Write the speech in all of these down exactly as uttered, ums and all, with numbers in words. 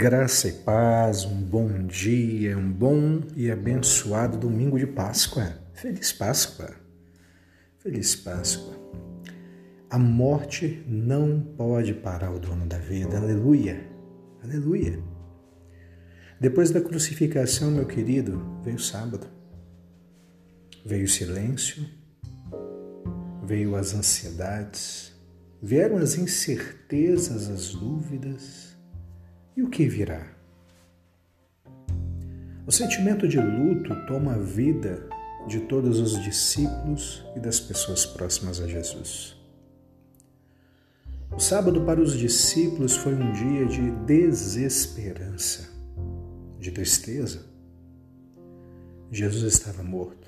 Graça e paz, um bom dia, um bom e abençoado domingo de Páscoa. Feliz Páscoa, feliz Páscoa. A morte não pode parar o dono da vida, aleluia, aleluia. Depois da crucificação, meu querido, veio o sábado, veio o silêncio, veio as ansiedades, vieram as incertezas, as dúvidas. E o que virá? O sentimento de luto toma a vida de todos os discípulos e das pessoas próximas a Jesus. O sábado para os discípulos foi um dia de desesperança, de tristeza. Jesus estava morto.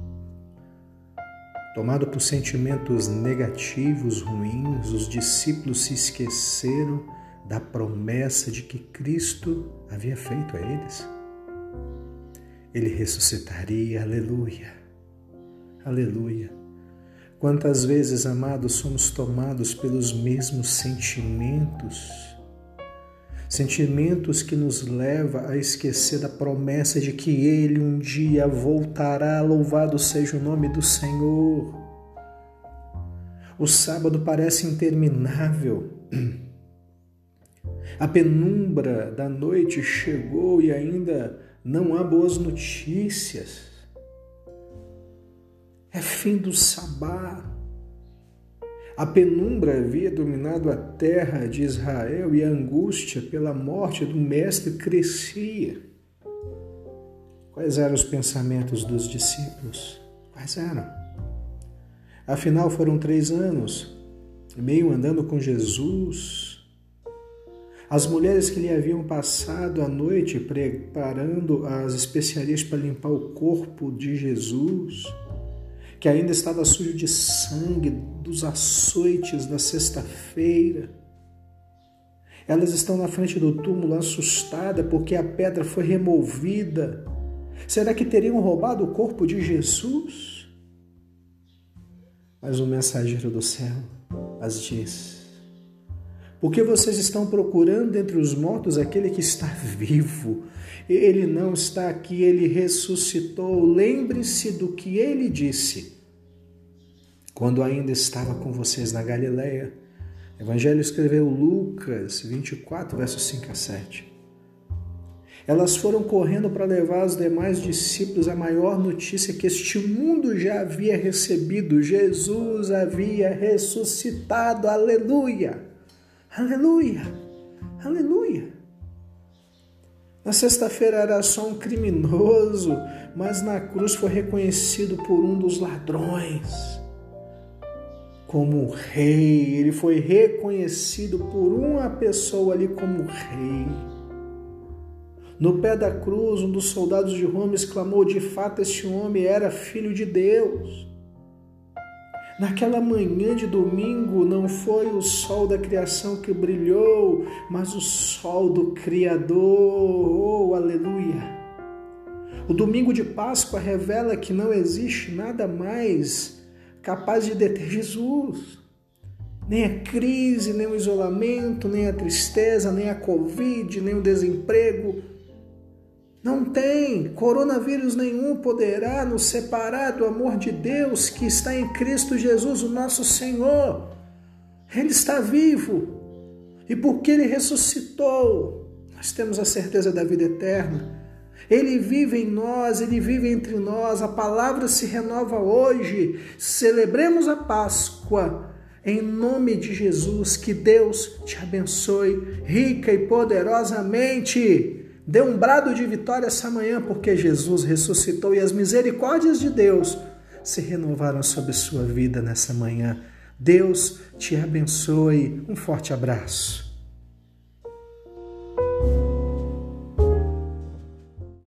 Tomado por sentimentos negativos, ruins, os discípulos se esqueceram da promessa de que Cristo havia feito a eles. Ele ressuscitaria, aleluia, aleluia. Quantas vezes, amados, somos tomados pelos mesmos sentimentos, sentimentos que nos levam a esquecer da promessa de que Ele um dia voltará, louvado seja o nome do Senhor. O sábado parece interminável. A penumbra da noite chegou e ainda não há boas notícias. É fim do sabá. A penumbra havia dominado a terra de Israel e a angústia pela morte do mestre crescia. Quais eram os pensamentos dos discípulos? Quais eram? Afinal, foram três anos e meio andando com Jesus. As mulheres que lhe haviam passado a noite preparando as especiarias para limpar o corpo de Jesus, que ainda estava sujo de sangue dos açoites da sexta-feira. Elas estão na frente do túmulo assustadas porque a pedra foi removida. Será que teriam roubado o corpo de Jesus? Mas o mensageiro do céu as diz: porque vocês estão procurando entre os mortos aquele que está vivo. Ele não está aqui, ele ressuscitou. Lembre-se do que ele disse quando ainda estava com vocês na Galileia. O Evangelho escreveu Lucas vinte e quatro, versos cinco a sete. Elas foram correndo para levar aos demais discípulos a maior notícia que este mundo já havia recebido. Jesus havia ressuscitado, aleluia! Aleluia, aleluia. Na sexta-feira era só um criminoso, mas na cruz foi reconhecido por um dos ladrões como rei. Ele foi reconhecido por uma pessoa ali como rei. No pé da cruz, um dos soldados de Roma exclamou: de fato, esse homem era filho de Deus. Naquela manhã de domingo não foi o sol da criação que brilhou, mas o sol do Criador. Oh, aleluia! O domingo de Páscoa revela que não existe nada mais capaz de deter Jesus. Nem a crise, nem o isolamento, nem a tristeza, nem a Covid, nem o desemprego. Não tem, coronavírus nenhum poderá nos separar do amor de Deus que está em Cristo Jesus, o nosso Senhor. Ele está vivo e porque Ele ressuscitou, nós temos a certeza da vida eterna. Ele vive em nós, Ele vive entre nós, a palavra se renova hoje. Celebremos a Páscoa em nome de Jesus. Que Deus te abençoe rica e poderosamente. Dê um brado de vitória essa manhã, porque Jesus ressuscitou e as misericórdias de Deus se renovaram sobre sua vida nessa manhã. Deus te abençoe. Um forte abraço.